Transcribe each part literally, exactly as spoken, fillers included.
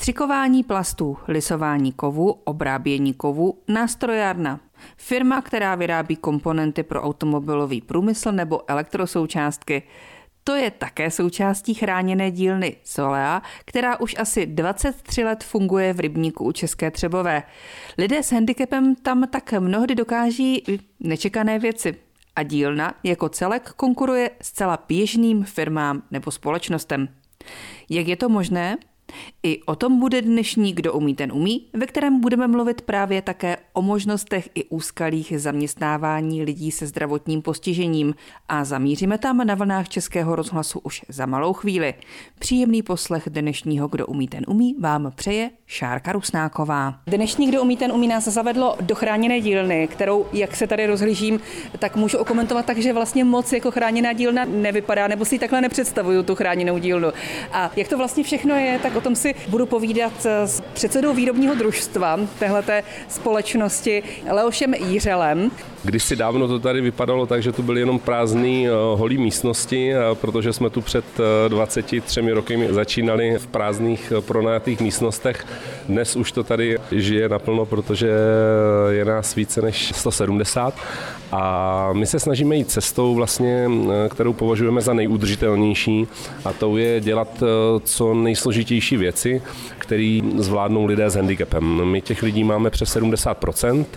Střikování plastů, lisování kovu, obrábění kovu, nástrojárna. Firma, která vyrábí komponenty pro automobilový průmysl nebo elektrosoučástky. To je také součástí chráněné dílny Solea, která už asi dvacet tři let funguje v rybníku u České Třebové. Lidé s handicapem tam tak mnohdy dokáží nečekané věci. A dílna jako celek konkuruje zcela běžným firmám nebo společnostem. Jak je to možné? I o tom bude dnešní Kdo umí, ten umí, ve kterém budeme mluvit právě také o možnostech i úskalích zaměstnávání lidí se zdravotním postižením a zamíříme tam na vlnách Českého rozhlasu už za malou chvíli. Příjemný poslech dnešního Kdo umí, ten umí vám přeje Šárka Rusnáková. Dnešní Kdo umí, ten umí nás zavedlo do chráněné dílny, kterou, jak se tady rozhlížím, tak můžu okomentovat tak, že vlastně moc jako chráněná dílna nevypadá, nebo si takhle nepředstavuju tu chráněnou dílnu. A jak to vlastně všechno je, tak o tom si budu povídat s předsedou výrobního družstva téhleté společnosti Leošem Jiřelem. Kdysi dávno to tady vypadalo tak, že tu byly jenom prázdné holé místnosti, protože jsme tu před dvaceti třemi roky začínali v prázdných pronajatých místnostech. Dnes už to tady žije naplno, protože je nás více než sto sedmdesát a my se snažíme jít cestou, vlastně, kterou považujeme za nejudržitelnější, a to je dělat co nejsložitější věci, které zvládnou lidé s handicapem. My těch lidí máme přes sedmdesát procent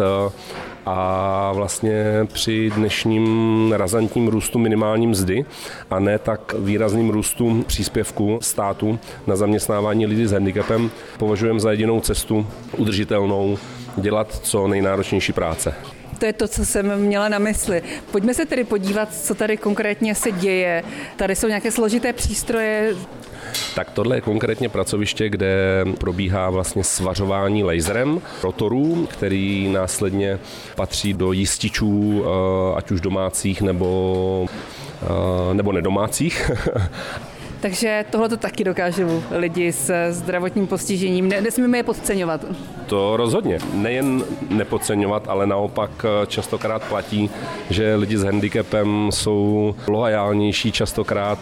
a vlastně při dnešním razantním růstu minimální mzdy a ne tak výrazným růstu příspěvku státu na zaměstnávání lidí s handicapem považujeme za jedinou cestu udržitelnou dělat co nejnáročnější práce. To je to, co jsem měla na mysli. Pojďme se tedy podívat, co tady konkrétně se děje. Tady jsou nějaké složité přístroje. Tak tohle je konkrétně pracoviště, kde probíhá vlastně svařování laserem rotorů, který následně patří do jističů, ať už domácích nebo, nebo nedomácích. Takže tohle to taky dokážou lidi s zdravotním postižením. Nesmíme je podceňovat. To rozhodně. Nejen nepodceňovat, ale naopak častokrát platí, že lidi s handicapem jsou loajálnější častokrát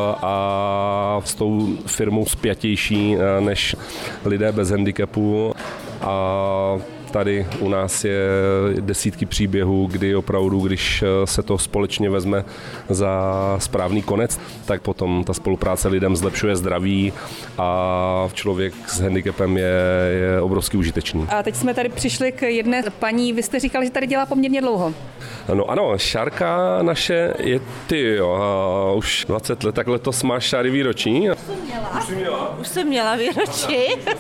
a s tou firmou spjatější než lidé bez handicapu. A tady u nás je desítky příběhů, kdy opravdu, když se to společně vezme za správný konec, tak potom ta spolupráce lidem zlepšuje zdraví a člověk s handicapem je, je obrovsky užitečný. A teď jsme tady přišli k jedné paní, vy jste říkali, že tady dělá poměrně dlouho. No ano, Šárka naše je ty jo, už dvacet let, tak letos máš Šáry výročí. Už jsem měla. Už, měla? už jsem měla výročí,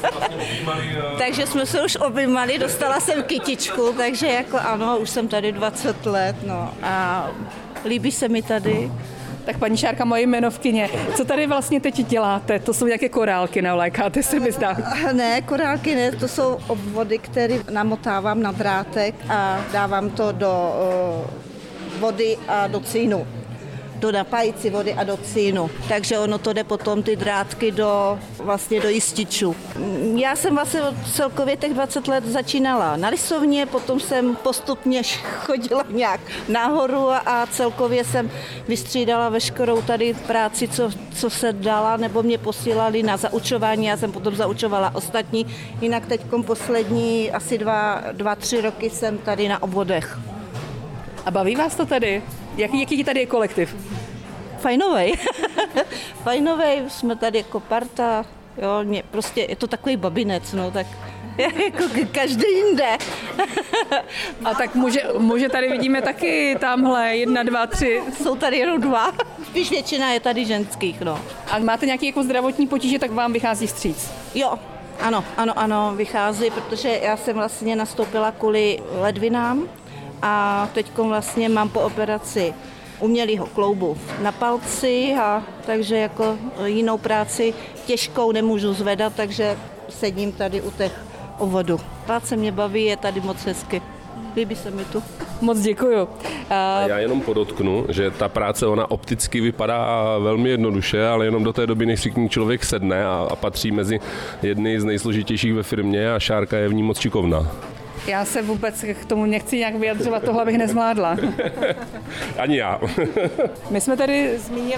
takže jsme se už objímali, dostala jsem kytičku, takže jako ano, už jsem tady dvacet let, no a líbí se mi tady. Tak paní Šárka, moje jmenovkyně, co tady vlastně teď děláte? To jsou nějaké korálky, navlékáte se mi zdá. Ne, korálky ne, to jsou obvody, které namotávám na drátek a dávám to do uh, vody a do cínu. Do napájící vody a do cínu. Takže ono to jde potom ty drátky do, vlastně do jističů. Já jsem vlastně celkově těch dvacet let začínala na lisovně, potom jsem postupně chodila nějak nahoru a celkově jsem vystřídala veškerou tady práci, co, co se dala, nebo mě posílali na zaučování, já jsem potom zaučovala ostatní. Jinak teď poslední asi dva, dva, tři roky jsem tady na obvodech. A baví vás to tady? Jaký, jaký tady je kolektiv? Fajnovej. Fajnovej, jsme tady jako parta, jo, mě, prostě je to takový babinec, no, tak jako každý jinde. A tak muže, muže tady vidíme taky tamhle, jedna, dva, tři. Jsou tady jenom dva, spíš většina je tady ženských, no. A máte nějaké jako zdravotní potíže, tak vám vychází vstříc? Jo, ano, ano, ano, vychází, protože já jsem vlastně nastoupila kvůli ledvinám, a teď vlastně mám po operaci umělého kloubu na palci, a takže jako jinou práci těžkou nemůžu zvedat, takže sedím tady u těch obvodů. Práce mě baví, je tady moc hezky. Líbí se mi tu. Moc děkuju. A já jenom podotknu, že ta práce ona opticky vypadá velmi jednoduše, ale jenom do té doby, než si k ní člověk sedne a, a patří mezi jedny z nejsložitějších ve firmě a Šárka je v ní moc šikovná. Já se vůbec k tomu nechci nějak vyjadřovat, tohle bych nezvládla. Ani já. My jsme tady zmínili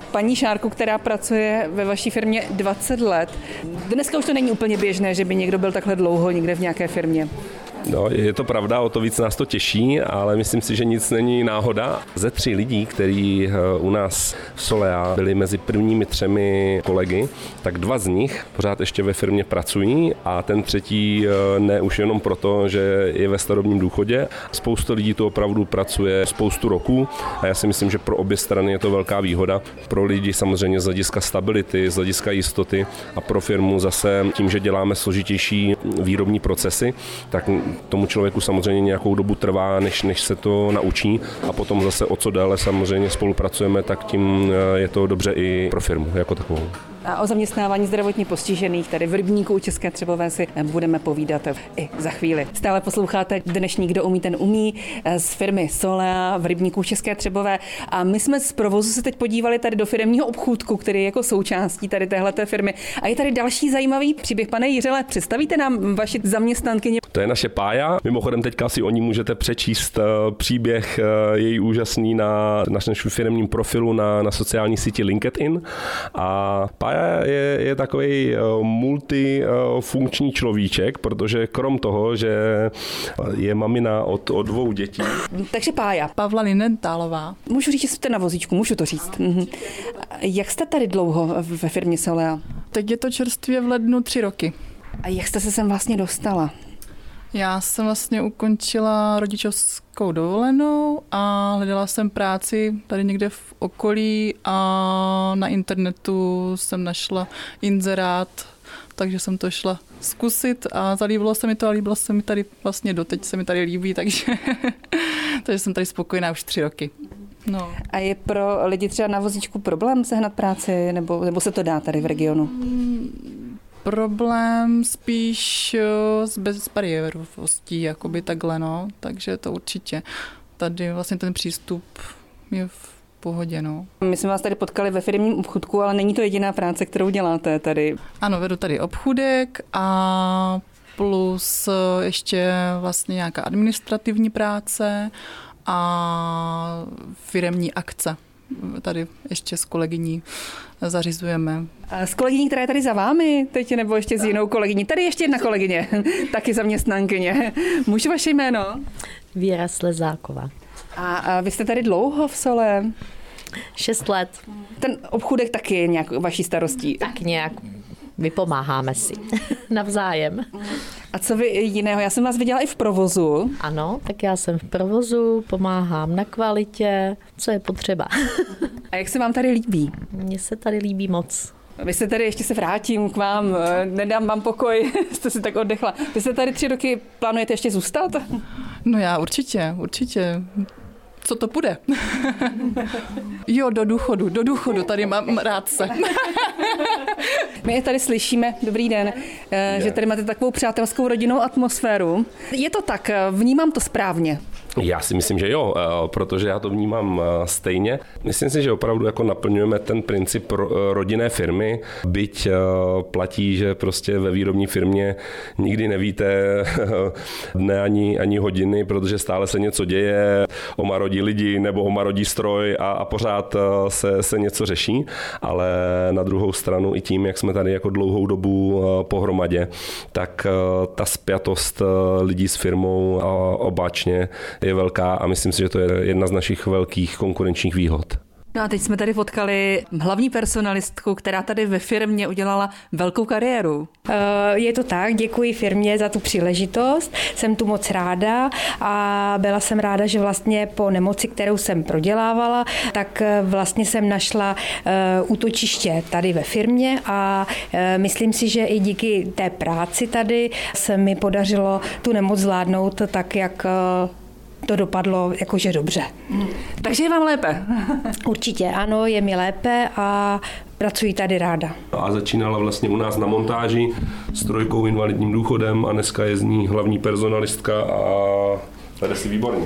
paní Šárku, která pracuje ve vaší firmě dvacet let. Dneska už to není úplně běžné, že by někdo byl takhle dlouho někde v nějaké firmě. No, je to pravda, o to víc nás to těší, ale myslím si, že nic není náhoda. Ze tří lidí, kteří u nás v Solea byli mezi prvními třemi kolegy, tak dva z nich pořád ještě ve firmě pracují a ten třetí ne už jenom proto, že je ve starobním důchodě. Spoustu lidí tu opravdu pracuje spoustu roků a já si myslím, že pro obě strany je to velká výhoda. Pro lidi samozřejmě z hlediska stability, z hlediska jistoty a pro firmu zase tím, že děláme složitější výrobní procesy, tak tomu člověku samozřejmě nějakou dobu trvá, než, než se to naučí a potom zase o co déle samozřejmě spolupracujeme, tak tím je to dobře i pro firmu jako takovou. A o zaměstnávání zdravotně postižených tady v Rybníku u České Třebové si budeme povídat i za chvíli. Stále posloucháte dnešní Kdo umí, ten umí z firmy Solea v Rybníku České Třebové a my jsme z provozu se teď podívali tady do firemního obchůdku, který je jako součástí tady téhleté firmy. A je tady další zajímavý příběh. Pane Jiřele, představíte nám vaši zaměstnankyni? To je naše Pája. Mimochodem teďka si o ní můžete přečíst příběh její úžasný na našem firemním profilu na, na sociální síti LinkedIn. A Pája je, je takový multifunkční človíček, protože krom toho, že je mamina od, od dvou dětí. Takže Pája. Pavla Linentálová. Můžu říct, že jste na vozíčku, můžu to říct. Mhm. Jak jste tady dlouho ve firmě Solea? Teď je to čerstvě v lednu tři roky. A jak jste se sem vlastně dostala? Já jsem vlastně ukončila rodičovskou dovolenou a hledala jsem práci tady někde v okolí a na internetu jsem našla inzerát, takže jsem to šla zkusit a zalíbilo se mi to a líbilo se mi tady vlastně doteď se mi tady líbí, takže, takže jsem tady spokojená už tři roky. No. A je pro lidi třeba na vozíčku problém sehnat práci nebo, nebo se to dá tady v regionu? Problém spíš s bezbariérovostí, jakoby takhle, no. Takže to určitě. Tady vlastně ten přístup je v pohodě, no. My jsme vás tady potkali ve firmním obchůdku, ale není to jediná práce, kterou děláte tady. Ano, vedu tady obchůdek a plus ještě vlastně nějaká administrativní práce a firemní akce. Tady ještě s kolegyní zařizujeme. A s kolegyní, která je tady za vámi teď, nebo ještě s jinou kolegyní? Tady ještě jedna kolegyně, taky zaměstnankyně. Můžu vaše jméno? Věra Slezáková. A, a vy jste tady dlouho v Sole? Šest let. Ten obchůdek taky je nějak vaší starostí? Tak nějak. Vypomáháme si navzájem. A co vy jiného? Já jsem vás viděla i v provozu. Ano, tak já jsem v provozu, pomáhám na kvalitě, co je potřeba. A jak se vám tady líbí? Mně se tady líbí moc. Vy se tady, ještě se vrátím k vám, nedám vám pokoj, jste si tak oddechla. Vy se tady tři roky plánujete ještě zůstat? No já určitě, určitě. Co to půjde? Jo, do důchodu, do důchodu, tady mám rád se. My je tady slyšíme, dobrý den, že tady máte takovou přátelskou rodinnou atmosféru. Je to tak, vnímám to správně? Já si myslím, že jo, protože já to vnímám stejně. Myslím si, že opravdu jako naplňujeme ten princip rodinné firmy, byť platí, že prostě ve výrobní firmě nikdy nevíte dne ani, ani hodiny, protože stále se něco děje, omarodí lidi nebo omarodí stroj a, a pořád se, se něco řeší, ale na druhou stranu i tím, jak jsme tady jako dlouhou dobu pohromadě, tak ta spjatost lidí s firmou a obáčně je velká a myslím si, že to je jedna z našich velkých konkurenčních výhod. No a teď jsme tady potkali hlavní personalistku, která tady ve firmě udělala velkou kariéru. Je to tak, děkuji firmě za tu příležitost, jsem tu moc ráda a byla jsem ráda, že vlastně po nemoci, kterou jsem prodělávala, tak vlastně jsem našla útočiště tady ve firmě a myslím si, že i díky té práci tady se mi podařilo tu nemoc zvládnout tak, jak to dopadlo jakože dobře. Takže je vám lépe? Určitě ano, je mi lépe a pracuji tady ráda. A začínala vlastně u nás na montáži s trojkou invalidním důchodem a dneska je z ní hlavní personalistka a vede si výborně.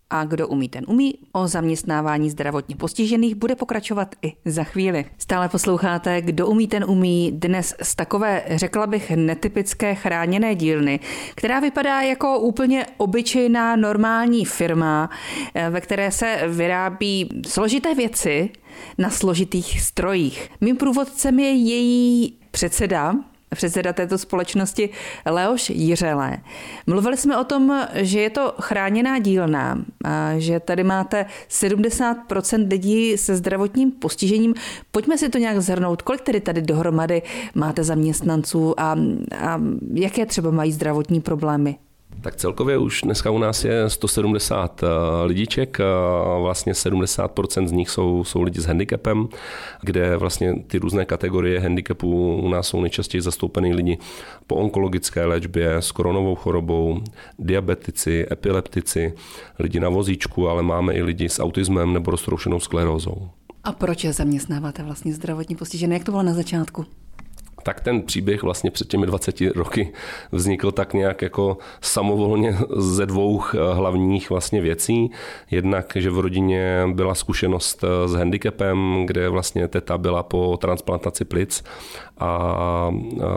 A kdo umí, ten umí. O zaměstnávání zdravotně postižených bude pokračovat i za chvíli. Stále posloucháte Kdo umí, ten umí, dnes z takové, řekla bych, netypické chráněné dílny, která vypadá jako úplně obyčejná normální firma, ve které se vyrábí složité věci na složitých strojích. Mým průvodcem je její předseda, předseda této společnosti Leoš Jiřele. Mluvili jsme o tom, že je to chráněná dílna, a že tady máte sedmdesát procent lidí se zdravotním postižením. Pojďme si to nějak zhrnout. Kolik tedy tady dohromady máte zaměstnanců a, a jaké třeba mají zdravotní problémy? Tak celkově už dneska u nás je sto sedmdesát lidiček, vlastně sedmdesát procent z nich jsou, jsou lidi s handicapem, kde vlastně ty různé kategorie handicapů u nás jsou nejčastěji zastoupený lidi po onkologické léčbě s koronovou chorobou, diabetici, epileptici, lidi na vozíčku, ale máme i lidi s autismem nebo roztroušenou sklerózou. A proč je zaměstnáváte vlastně zdravotně postižené? Jak to bylo na začátku? Tak ten příběh vlastně před těmi dvaceti roky vznikl tak nějak jako samovolně ze dvou hlavních vlastně věcí. Jednak, že v rodině byla zkušenost s handicapem, kde vlastně teta byla po transplantaci plic a, a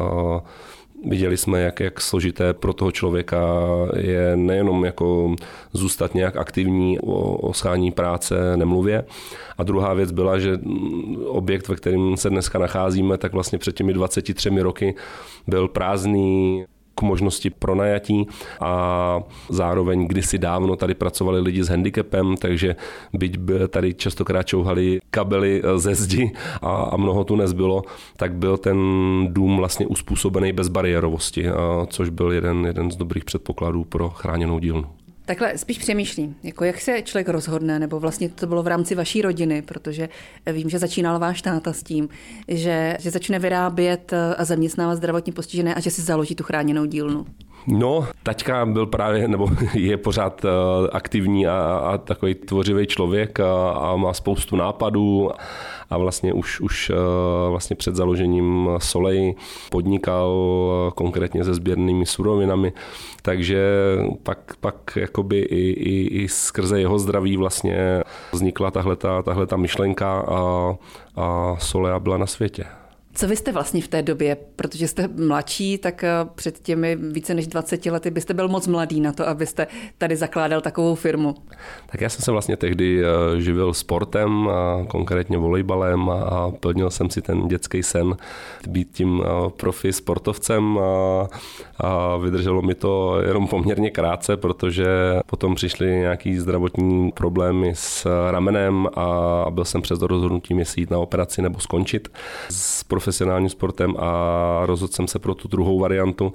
viděli jsme, jak, jak složité pro toho člověka je nejenom jako zůstat nějak aktivní o, o schání práce nemluvě. A druhá věc byla, že objekt, ve kterém se dneska nacházíme, tak vlastně před těmi dvaceti třemi roky byl prázdný k možnosti pronajatí a zároveň kdysi dávno tady pracovali lidi s handicapem, takže byť by tady častokrát čouhali kabely ze zdi a, a mnoho tu nezbylo, tak byl ten dům vlastně uspůsobený bezbariérovosti, což byl jeden, jeden z dobrých předpokladů pro chráněnou dílnu. Takhle spíš přemýšlím, jako jak se člověk rozhodne, nebo vlastně to bylo v rámci vaší rodiny, protože vím, že začínal váš táta s tím, že, že začne vyrábět a zaměstnávat zdravotně postižené a že si založí tu chráněnou dílnu. No, taťka byl právě, nebo je pořád aktivní a, a takový tvořivý člověk a, a má spoustu nápadů a vlastně už, už vlastně před založením Solej podnikal konkrétně se sběrnými surovinami, takže pak, pak jakoby i, i, i skrze jeho zdraví vlastně vznikla tahleta, tahleta myšlenka a, a Soleja byla na světě. Co vy jste vlastně v té době, protože jste mladší, tak před těmi více než dvaceti lety byste byl moc mladý na to, abyste tady zakládal takovou firmu? Tak já jsem se vlastně tehdy živil sportem, a konkrétně volejbalem a plnil jsem si ten dětský sen být tím profi sportovcem a, a vydrželo mi to jenom poměrně krátce, protože potom přišly nějaký zdravotní problémy s ramenem a byl jsem přes rozhodnutí, jestli jít na operaci nebo skončit s profesionálním sportem a rozhodl jsem se pro tu druhou variantu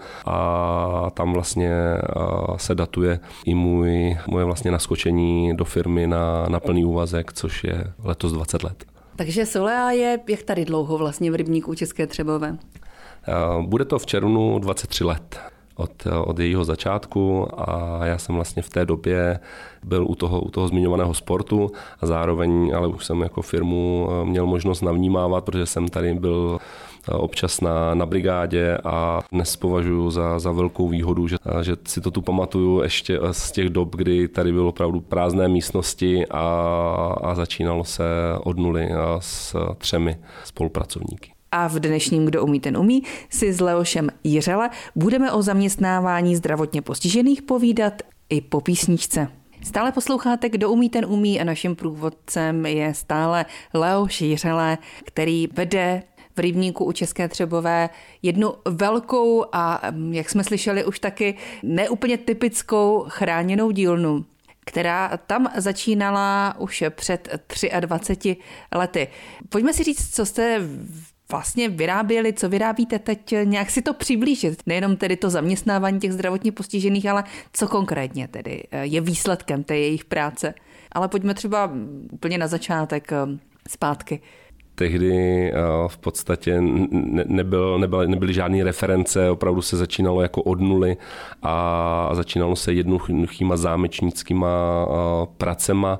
a tam vlastně se datuje i můj, moje vlastně naskočení do firmy na, na plný úvazek, což je letos dvacet let. Takže Solea je jak tady dlouho vlastně v rybníku České Třebové? Bude to v červnu dvacet tři let. Od, od jejího začátku a já jsem vlastně v té době byl u toho, u toho zmiňovaného sportu a zároveň, ale už jsem jako firmu měl možnost navnímávat, protože jsem tady byl občas na, na brigádě a dnes považuji za, za velkou výhodu, že, že si to tu pamatuju ještě z těch dob, kdy tady bylo opravdu prázdné místnosti a, a začínalo se od nuly s třemi spolupracovníky. A v dnešním Kdo umí, ten umí si s Leošem Jiřele budeme o zaměstnávání zdravotně postižených povídat i po písničce. Stále posloucháte Kdo umí, ten umí a naším průvodcem je stále Leoš Jiřele, který vede v rybníku u České Třebové jednu velkou a, jak jsme slyšeli, už taky neúplně typickou chráněnou dílnu, která tam začínala už před dvaceti třemi lety. Pojďme si říct, co jste vlastně vyráběli, co vyrábíte teď, nějak si to přiblížit. Nejenom tedy to zaměstnávání těch zdravotně postižených, ale co konkrétně tedy je výsledkem té jejich práce. Ale pojďme třeba úplně na začátek zpátky. Tehdy v podstatě nebyl, nebyl, nebyly žádné reference, opravdu se začínalo jako od nuly a začínalo se jednoduchýma zámečnickýma pracema.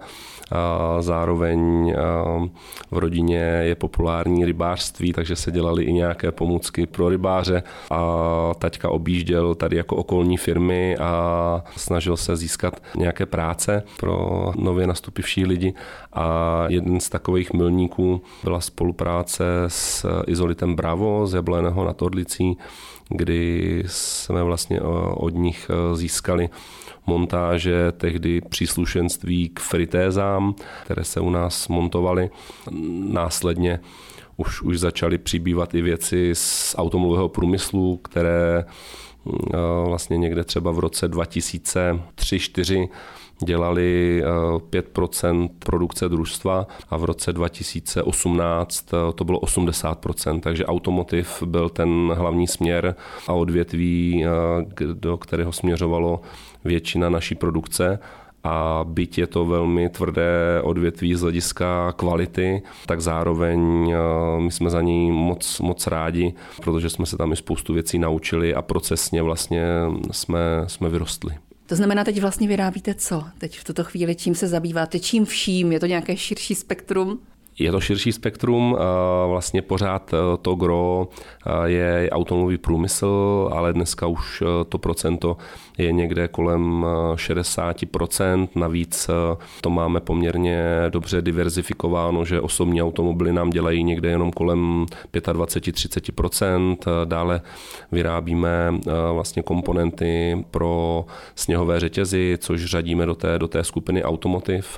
Zároveň v rodině je populární rybářství, takže se dělaly i nějaké pomůcky pro rybáře a taťka objížděl tady jako okolní firmy a snažil se získat nějaké práce pro nově nastupivší lidi a jeden z takových milníků byla spolupráce s Izolitem Bravo z Jabloného nad Orlicí, kdy jsme vlastně od nich získali montáže, tehdy příslušenství k fritézám, které se u nás montovaly. Následně už, už začaly přibývat i věci z automobilového průmyslu, které vlastně někde třeba v roce dva tisíce tři čtyři dělali pět procent produkce družstva a v roce dva tisíce osmnáct to bylo osmdesát procent, takže automotiv byl ten hlavní směr a odvětví, do kterého směřovalo většina naší produkce. A byť je to velmi tvrdé odvětví z hlediska kvality, tak zároveň my jsme za ní moc, moc rádi, protože jsme se tam i spoustu věcí naučili a procesně vlastně jsme, jsme vyrostli. To znamená, teď vlastně vyrábíte co? Teď v tuto chvíli čím se zabýváte? Čím vším? Je to nějaké širší spektrum? Je to širší spektrum, vlastně pořád to gro je automobilový průmysl, ale dneska už to procento je někde kolem šedesát procent. Navíc to máme poměrně dobře diverzifikováno, že osobní automobily nám dělají někde jenom kolem dvacet pět až třicet procent. Dále vyrábíme vlastně komponenty pro sněhové řetězy, což řadíme do té, do té skupiny automotiv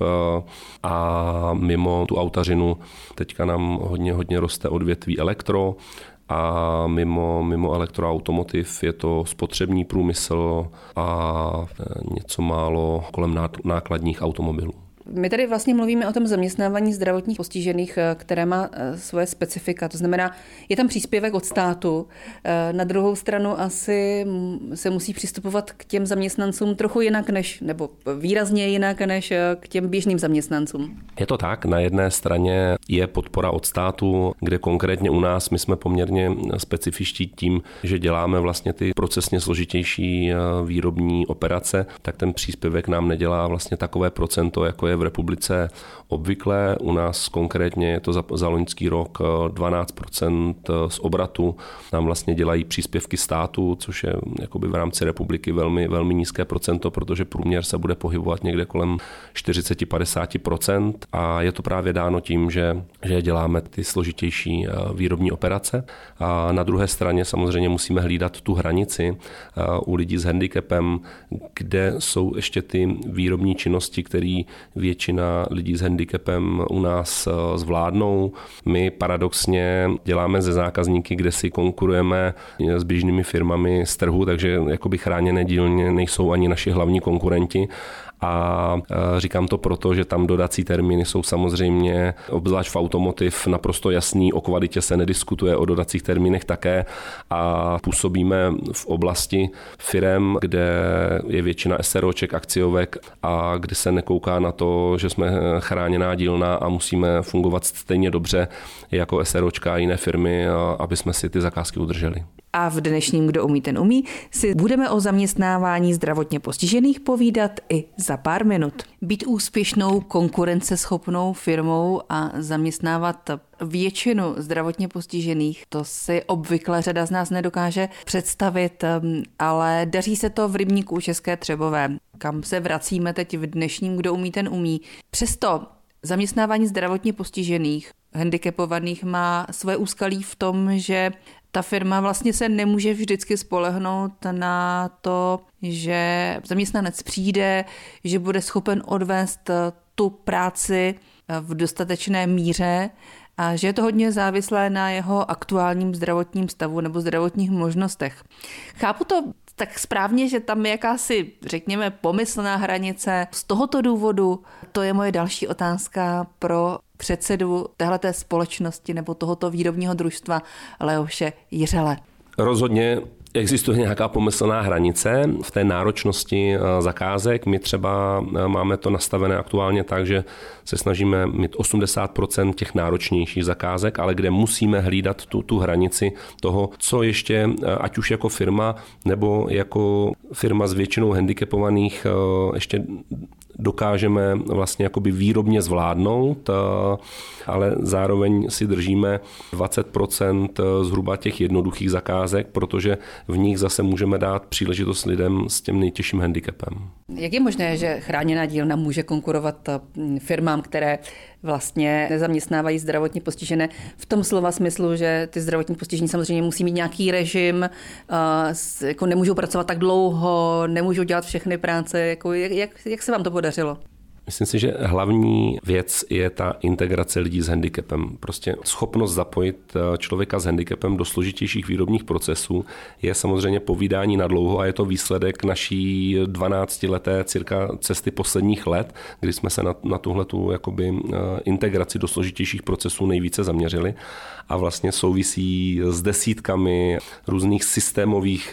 a mimo tu autařinu teďka nám hodně, hodně roste odvětví elektro a mimo, mimo elektroautomotiv je to spotřební průmysl a něco málo kolem nákladních automobilů. My tady vlastně mluvíme o tom zaměstnávání zdravotních postižených, které má svoje specifika. To znamená, je tam příspěvek od státu. Na druhou stranu asi se musí přistupovat k těm zaměstnancům trochu jinak, než, nebo výrazně jinak, než k těm běžným zaměstnancům. Je to tak. Na jedné straně je podpora od státu, kde konkrétně u nás my jsme poměrně specifičtí tím, že děláme vlastně ty procesně složitější výrobní operace, tak ten příspěvek nám nedělá vlastně takové procento, jako je v republice obvykle. U nás konkrétně je to za, za loňský rok dvanáct procent z obratu nám vlastně dělají příspěvky státu, což je jakoby v rámci republiky velmi, velmi nízké procento, protože průměr se bude pohybovat někde kolem čtyřicet až padesát procent a je to právě dáno tím, že, že děláme ty složitější výrobní operace. A na druhé straně samozřejmě musíme hlídat tu hranici u lidí s handicapem, kde jsou ještě ty výrobní činnosti, které většina lidí s handicapem u nás zvládnou. My paradoxně děláme ze zákazníky, kde si konkurujeme s běžnými firmami z trhu, takže jakoby chráněné dílny nejsou ani naši hlavní konkurenti. A říkám to proto, že tam dodací termíny jsou samozřejmě, obzvlášť v automotiv, naprosto jasný, o kvalitě se nediskutuje, o dodacích termínech také a působíme v oblasti firem, kde je většina SROček, akciovek a kde se nekouká na to, že jsme chráněná dílna a musíme fungovat stejně dobře jako SROčka a jiné firmy, aby jsme si ty zakázky udrželi. A v dnešním Kdo umí, ten umí si budeme o zaměstnávání zdravotně postižených povídat i za pár minut. Být úspěšnou, konkurenceschopnou firmou a zaměstnávat většinu zdravotně postižených, to si obvykle řada z nás nedokáže představit, ale daří se to v rybníku České Třebové, kam se vracíme teď v dnešním Kdo umí, ten umí. Přesto zaměstnávání zdravotně postižených, handicapovaných má svoje úskalí v tom, že ta firma vlastně se nemůže vždycky spolehnout na to, že zaměstnanec přijde, že bude schopen odvést tu práci v dostatečné míře a že je to hodně závislé na jeho aktuálním zdravotním stavu nebo zdravotních možnostech. Chápu to tak správně, že tam je jakási, řekněme, pomyslná hranice. Z tohoto důvodu to je moje další otázka pro předsedu téhleté společnosti nebo tohoto výrobního družstva Leoše Jiřele. Rozhodně Existuje nějaká pomyslná hranice v té náročnosti zakázek. My třeba máme to nastavené aktuálně tak, že se snažíme mít osmdesát procent těch náročnějších zakázek, ale kde musíme hlídat tu, tu hranici toho, co ještě, ať už jako firma nebo jako firma s většinou handicapovaných, ještě dokážeme vlastně jakoby výrobně zvládnout, ale zároveň si držíme dvacet procent zhruba těch jednoduchých zakázek, protože v nich zase můžeme dát příležitost lidem s tím nejtěžším handicapem. Jak je možné, že chráněná dílna může konkurovat firmám, které vlastně nezaměstnávají zdravotně postižené v tom slova smyslu, že ty zdravotně postižení samozřejmě musí mít nějaký režim, jako nemůžou pracovat tak dlouho, nemůžou dělat všechny práce, jako jak, jak se vám to podařilo? Myslím si, že hlavní věc je ta integrace lidí s handicapem. Prostě schopnost zapojit člověka s handicapem do složitějších výrobních procesů je samozřejmě povídání na dlouho a je to výsledek naší dvanáctileté cirka cesty posledních let, kdy jsme se na, na tuhletu jakoby integraci do složitějších procesů nejvíce zaměřili a vlastně souvisí s desítkami různých systémových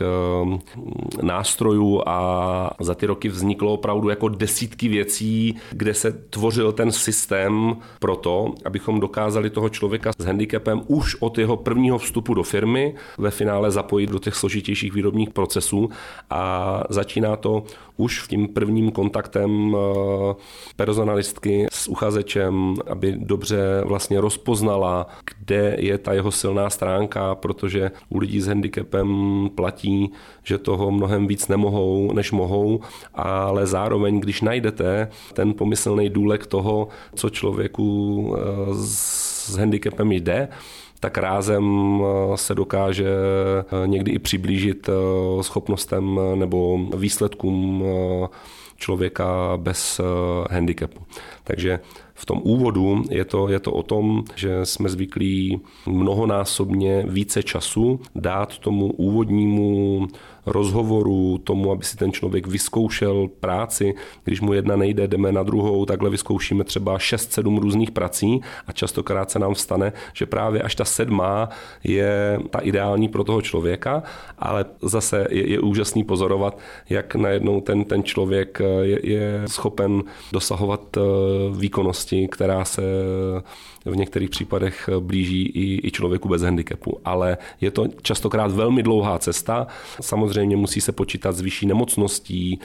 nástrojů a za ty roky vzniklo opravdu jako desítky věcí, kde se tvořil ten systém pro to, abychom dokázali toho člověka s handicapem už od jeho prvního vstupu do firmy ve finále zapojit do těch složitějších výrobních procesů a začíná to už tím prvním kontaktem personalistky s uchazečem, aby dobře vlastně rozpoznala, kde je ta jeho silná stránka, protože u lidí s handicapem platí, že toho mnohem víc nemohou, než mohou, ale zároveň, když najdete ten pomyslný důlek toho, co člověku s handicapem jde, tak rázem se dokáže někdy i přiblížit schopnostem nebo výsledkům člověka bez handicapu. Takže v tom úvodu je to, je to o tom, že jsme zvyklí mnohonásobně více času dát tomu úvodnímu rozhovoru, tomu, aby si ten člověk vyzkoušel práci. Když mu jedna nejde, jdeme na druhou, takhle vyzkoušíme třeba šest sedm různých prací a častokrát se nám stane, že právě až ta sedmá je ta ideální pro toho člověka, ale zase je, je úžasný pozorovat, jak najednou ten, ten člověk je, je schopen dosahovat výkonnosti, která se v některých případech blíží i, i člověku bez handicapu. Ale je to častokrát velmi dlouhá cesta. Samozřejmě musí se počítat s vyšší nemocností.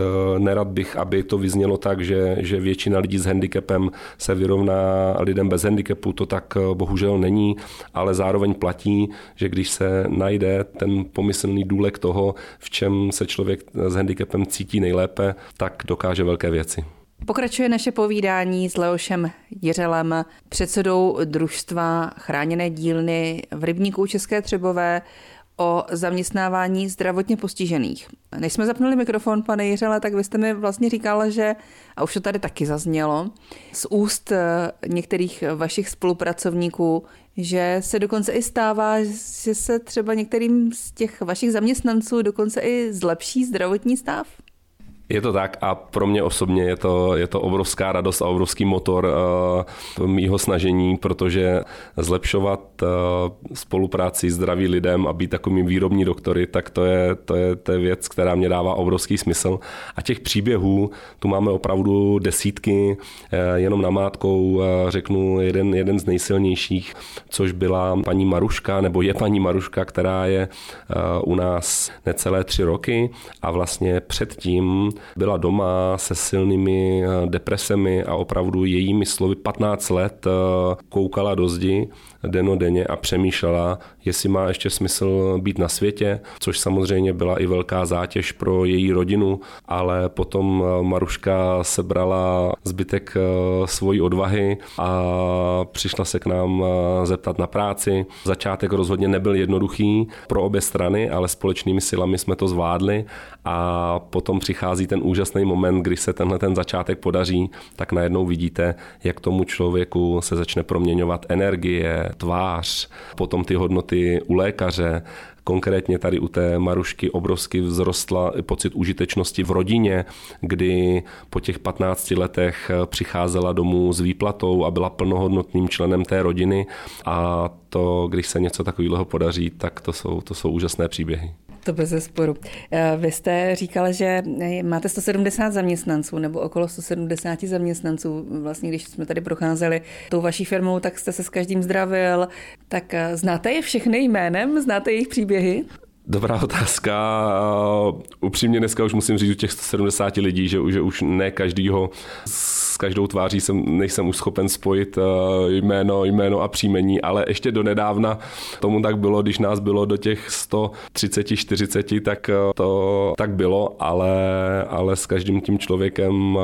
Nerad bych, aby to vyznělo tak, že, že většina lidí s handicapem se vyrovná lidem bez handicapu. To tak bohužel není, ale zároveň platí, že když se najde ten pomyslný důlek toho, v čem se člověk s handicapem cítí nejlépe, tak dokáže velké věci. Pokračuje naše povídání s Leošem Jiřelem, předsedou družstva Chráněné dílny v Rybníku České Třebové, o zaměstnávání zdravotně postižených. Než jsme zapnuli mikrofon, pane Jiřele, tak vy jste mi vlastně říkala, že, a už to tady taky zaznělo, z úst některých vašich spolupracovníků, že se dokonce i stává, že se třeba některým z těch vašich zaměstnanců dokonce i zlepší zdravotní stav. Je to tak a pro mě osobně je to, je to obrovská radost a obrovský motor uh, mýho snažení, protože zlepšovat uh, spolupráci zdraví lidem a být takovým výrobní doktory, tak to je, to, je, to je věc, která mě dává obrovský smysl. A těch příběhů, tu máme opravdu desítky, uh, jenom namátkou uh, řeknu jeden, jeden z nejsilnějších, což byla paní Maruška, nebo je paní Maruška, která je uh, u nás necelé tři roky a vlastně předtím byla doma se silnými depresemi a opravdu jejími slovy patnáct let koukala do zdi dennodenně a přemýšlela, jestli má ještě smysl být na světě, což samozřejmě byla i velká zátěž pro její rodinu, ale potom Maruška sebrala zbytek svojí odvahy a přišla se k nám zeptat na práci. Začátek rozhodně nebyl jednoduchý pro obě strany, ale společnými silami jsme to zvládli a potom přichází ten úžasný moment, kdy se tenhle ten začátek podaří, tak najednou vidíte, jak tomu člověku se začne proměňovat energie, tvář, potom ty hodnoty u lékaře. Konkrétně tady u té Marušky obrovsky vzrostla pocit užitečnosti v rodině, kdy po těch patnácti letech přicházela domů s výplatou a byla plnohodnotným členem té rodiny a to, když se něco takového podaří, tak to jsou, to jsou úžasné příběhy. To bez zesporu. Vy jste říkala, že máte sto sedmdesát zaměstnanců nebo okolo sto sedmdesát zaměstnanců. Vlastně, když jsme tady procházeli tou vaší firmou, tak jste se s každým zdravil. Tak znáte je všechny jménem? Znáte jejich příběhy? Dobrá otázka. Upřímně dneska už musím říct u těch sto sedmdesát lidí, že, že už ne každýho s každou tváří jsem, nejsem už schopen spojit jméno, jméno a příjmení, ale ještě donedávna tomu tak bylo, když nás bylo do těch sto třicet čtyřicet, tak to tak bylo, ale, ale s každým tím člověkem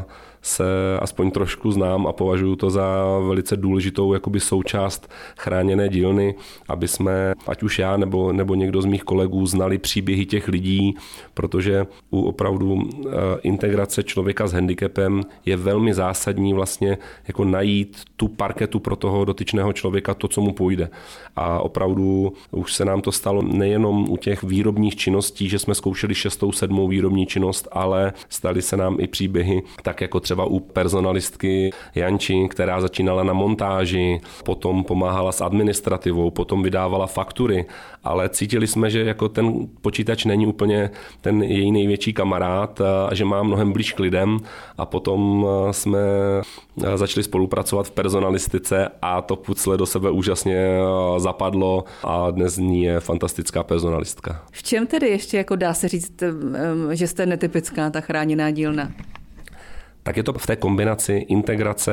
se aspoň trošku znám a považuji to za velice důležitou jakoby součást chráněné dílny, aby jsme, ať už já nebo, nebo někdo z mých kolegů, znali příběhy těch lidí, protože u opravdu integrace člověka s handicapem je velmi zásadní vlastně jako najít tu parketu pro toho dotyčného člověka, to, co mu půjde. A opravdu už se nám to stalo nejenom u těch výrobních činností, že jsme zkoušeli šestou, sedmou výrobní činnost, ale staly se nám i příběhy, tak jako třeba třeba u personalistky Janči, která začínala na montáži, potom pomáhala s administrativou, potom vydávala faktury, ale cítili jsme, že jako ten počítač není úplně ten její největší kamarád a že má mnohem blíž k lidem a potom jsme začali spolupracovat v personalistice a to pucle do sebe úžasně zapadlo a dnes z ní je fantastická personalistka. V čem tedy ještě jako dá se říct, že jste netypická ta chráněná dílna? Tak je to v té kombinaci integrace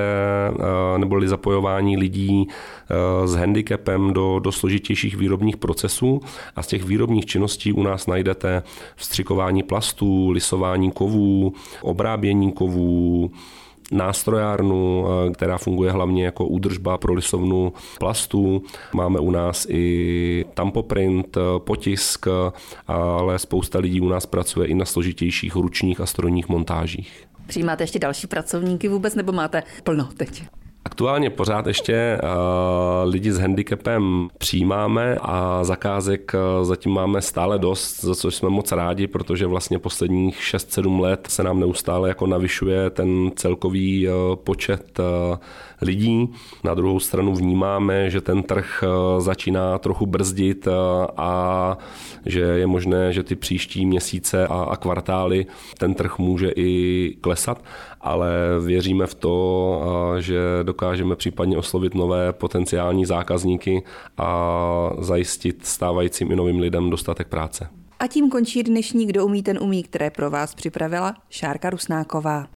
neboli zapojování lidí s handicapem do, do složitějších výrobních procesů a z těch výrobních činností u nás najdete vstřikování plastů, lisování kovů, obrábění kovů, nástrojárnu, která funguje hlavně jako údržba pro lisovnu plastů. Máme u nás i tampoprint, potisk, ale spousta lidí u nás pracuje i na složitějších ručních a strojních montážích. Přijímáte ještě další pracovníky vůbec, nebo máte plno teď? Aktuálně pořád ještě uh, lidi s handicapem přijímáme a zakázek uh, zatím máme stále dost, za což jsme moc rádi, protože vlastně posledních šest sedm let se nám neustále jako navyšuje ten celkový uh, počet uh, lidí. Na druhou stranu vnímáme, že ten trh uh, začíná trochu brzdit uh, a že je možné, že ty příští měsíce a, a kvartály ten trh může i klesat, ale věříme v to, uh, že dokážeme případně oslovit nové potenciální zákazníky a zajistit stávajícím i novým lidem dostatek práce. A tím končí dnešní Kdo umí, ten umí, které pro vás připravila Šárka Rusnáková.